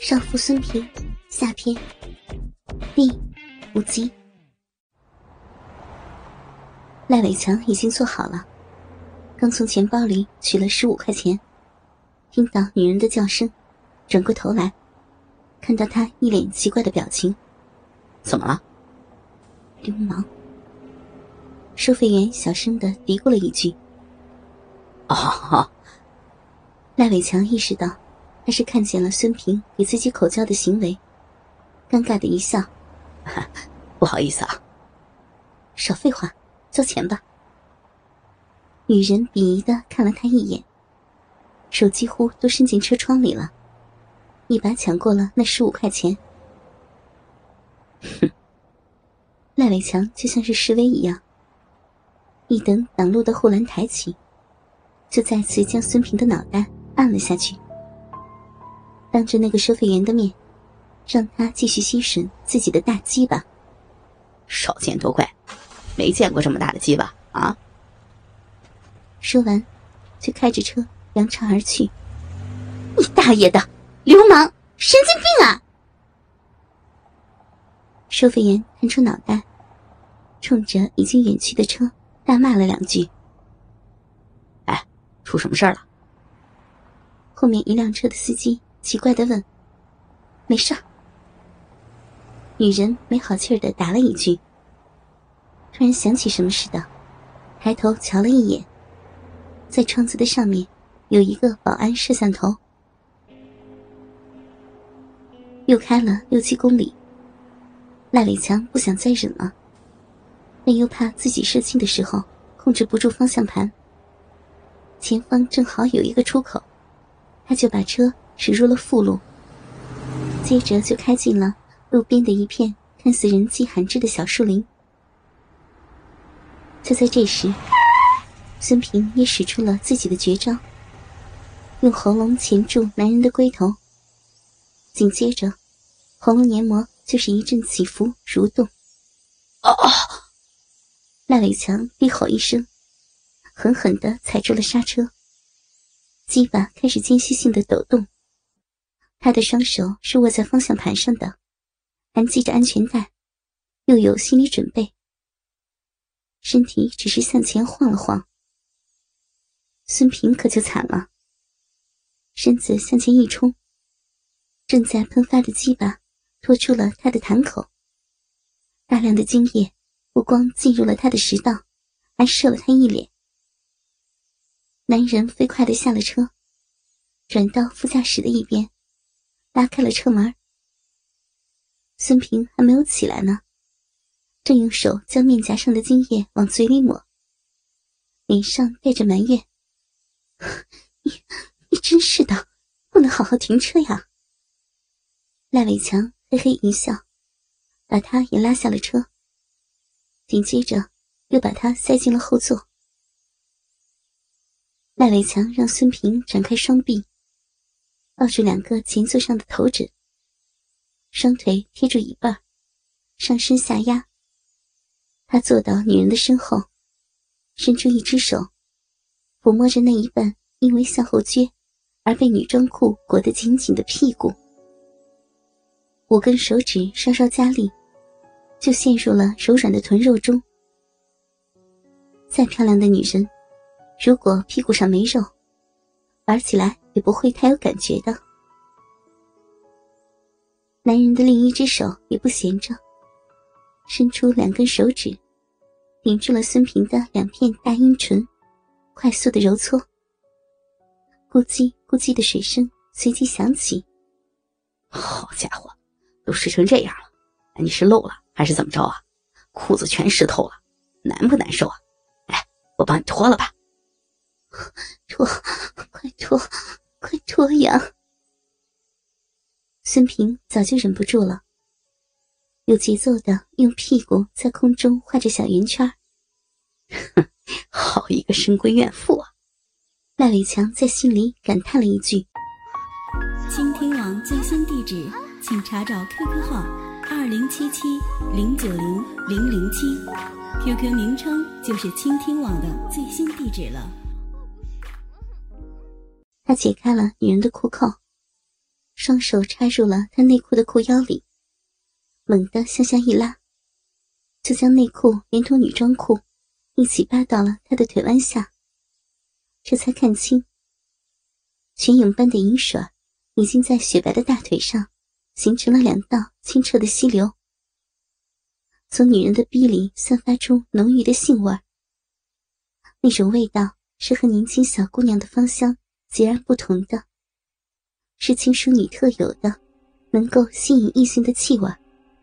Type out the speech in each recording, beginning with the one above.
少妇孙平下篇第5集。赖伟强已经做好了，刚从钱包里取了15块钱，听到女人的叫声，转过头来，看到她一脸奇怪的表情。 怎么了？ 流氓。收费员小声地嘀咕了一句。 哦。 赖伟强意识到他是看见了孙平给自己口交的行为，尴尬的一笑。 不好意思啊。 少废话，交钱吧。女人鄙夷地看了他一眼，手几乎都伸进车窗里了，一把抢过了那15块钱。 哼。 赖伟强就像是示威一样，一等挡路的护栏抬起，就再次将孙平的脑袋按了下去，当着那个收费员的面，让他继续吸吮自己的大鸡巴。 少见多怪，没见过这么大的鸡巴啊！ 说完，就开着车扬长而去。你大爷的，流氓，神经病啊！收费员探出脑袋，冲着已经远去的车大骂了2句。 哎，出什么事儿了？ 后面一辆车的司机奇怪地问。没事。女人没好气儿地答了一句，突然想起什么似的，抬头瞧了一眼，在窗子的上面有一个保安摄像头。又开了6-7公里，赖伟强不想再忍了，但又怕自己射精的时候控制不住方向盘。前方正好有一个出口，他就把车驶入了副路，接着就开进了路边的一片看似人迹罕至的小树林。就在这时，孙平也使出了自己的绝招，用喉咙钳住男人的龟头，紧接着喉咙黏膜就是一阵起伏蠕动。赖伟强低吼一声，狠狠地踩住了刹车，鸡巴开始间歇性的抖动。他的双手是握在方向盘上的，还系着安全带，又有心理准备，身体只是向前晃了晃。孙平可就惨了，身子向前一冲，正在喷发的鸡巴拖出了他的痰口，大量的精液不光进入了他的食道，还射了他一脸。男人飞快地下了车，转到副驾驶的一边，拉开了车门。孙平还没有起来呢，正用手将面颊上的精液往嘴里抹，脸上带着埋怨。你真是的，不能好好停车呀。赖伟强嘿嘿一笑，把他也拉下了车，紧接着又把他塞进了后座。赖伟强让孙平展开双臂，抱住2个前座上的头枕，双腿贴住椅背，上身下压。他坐到女人的身后，伸出一只手，抚摸着那一半因为向后撅而被女装裤裹得紧紧的屁股。5根手指稍稍加力，就陷入了柔软的臀肉中。再漂亮的女人，如果屁股上没肉，玩起来也不会太有感觉的。男人的另一只手也不闲着，伸出2根手指，顶住了孙平的2片大阴唇，快速的揉搓。咕叽咕叽的水声随即响起。 好家伙，都湿成这样了，你是漏了还是怎么着啊？裤子全湿透了，难不难受啊？哎，我帮你脱了吧。 脱，快脱呀！孙平早就忍不住了，有节奏的用屁股在空中画着小圆圈。 好一个深闺怨妇啊！ 赖伟强在心里感叹了一句。 倾听网最新地址，请查找 QQ 号2077-090-007 ，QQ 名称就是倾听网的最新地址了。 他解开了女人的裤扣， 双手插入了他内裤的裤腰里，猛地向下一拉，就将内裤连同女装裤一起扒到了他的腿弯下。这才看清，泉涌般的银水已经在雪白的大腿上形成了2道清澈的溪流，从女人的逼里散发出浓郁的性味，那种味道是和年轻小姑娘的芳香截然不同的，是轻淑女特有的能够吸引异性的气味。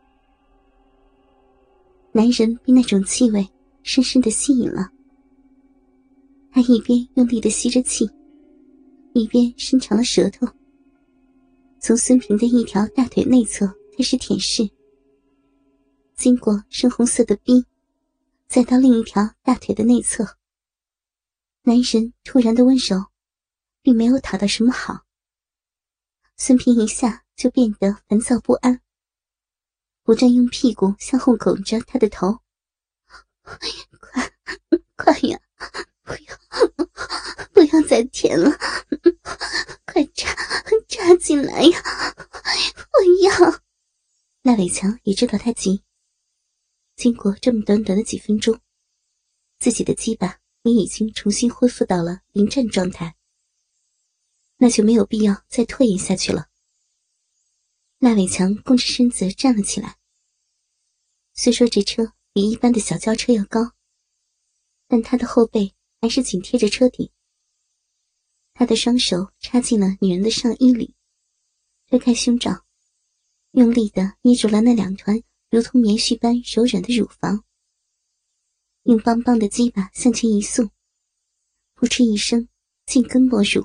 男人被那种气味深深地吸引了，他一边用力地吸着气，一边伸长了舌头，从孙平的一条大腿内侧开始舔舐，经过深红色的逼，再到另一条大腿的内侧。男人突然的温柔并没有讨到什么好，孙平一下就变得烦躁不安，不断用屁股向后拱着他的头。快呀，不要再舔了，快插进来呀，我要。赖伟强也知道他急，经过这么短短的几分钟，自己的鸡巴也已经重新恢复到了临战状态，那就没有必要再拖延下去了。赖伟强弓着身子站了起来，虽说这车比一般的小轿车要高，但他的后背还是紧贴着车顶。他的双手插进了女人的上衣里，推开胸罩，用力地捏住了那2团如同棉絮般柔软的乳房，用邦邦的鸡巴向前一送，扑哧一声进根没入。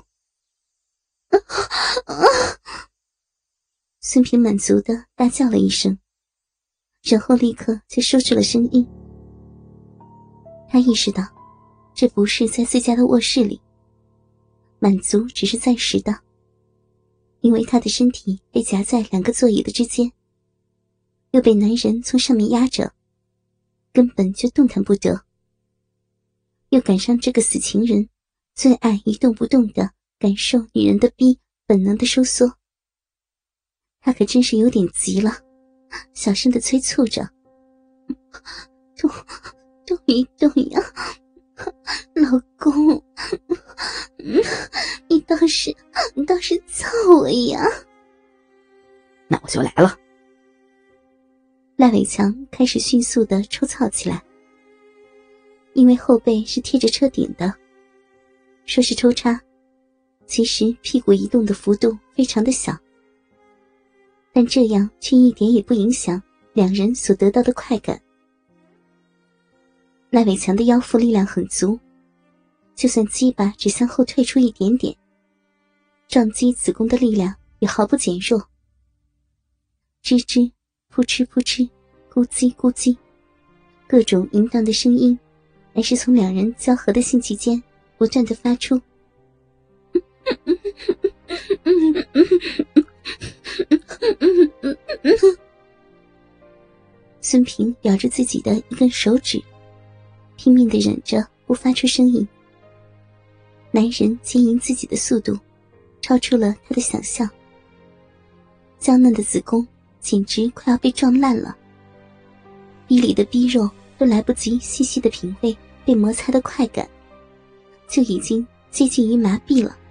孙平满足地大叫了一声，然后立刻就收住了声音。他意识到这不是在自家的卧室里，满足只是暂时的，因为他的身体被夹在2个座椅的之间，又被男人从上面压着，根本就动弹不得。又赶上这个死情人最爱一动不动地感受女人的逼本能的收缩，他可真是有点急了，小声地催促着：动一动呀，老公，你倒是操我呀。 那我就来了。 赖伟强开始迅速地抽操起来，因为后背是贴着车顶的，说是抽插，其实屁股移动的幅度非常的小，但这样却一点也不影响2人所得到的快感。赖伟强的腰腹力量很足，就算鸡巴只向后退出一点点，撞击子宫的力量也毫不减弱。吱吱，扑哧扑哧，咕叽咕叽，各种淫荡的声音还是从2人交合的性器间不断地发出。孙平咬着自己的一根手指，拼命地忍着不发出声音。男人经营自己的速度超出了他的想象，娇嫩的子宫简直快要被撞烂了，逼里的逼肉都来不及细细的品味被摩擦的快感，就已经接近于麻痹了。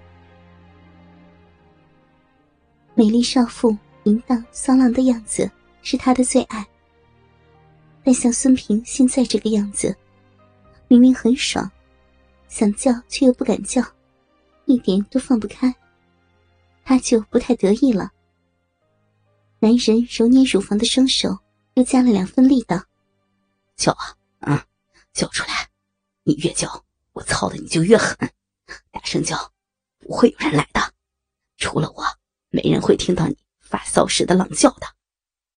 美丽少妇淫荡骚浪的样子是他的最爱，但像孙平现在这个样子，明明很爽，想叫却又不敢叫，一点都放不开，他就不太得意了。男人揉捏乳房的双手又加了2分力道： 叫啊，叫出来，你越叫我操的你就越狠，大声叫，不会有人来的，除了我没人会听到你发骚时的浪叫的。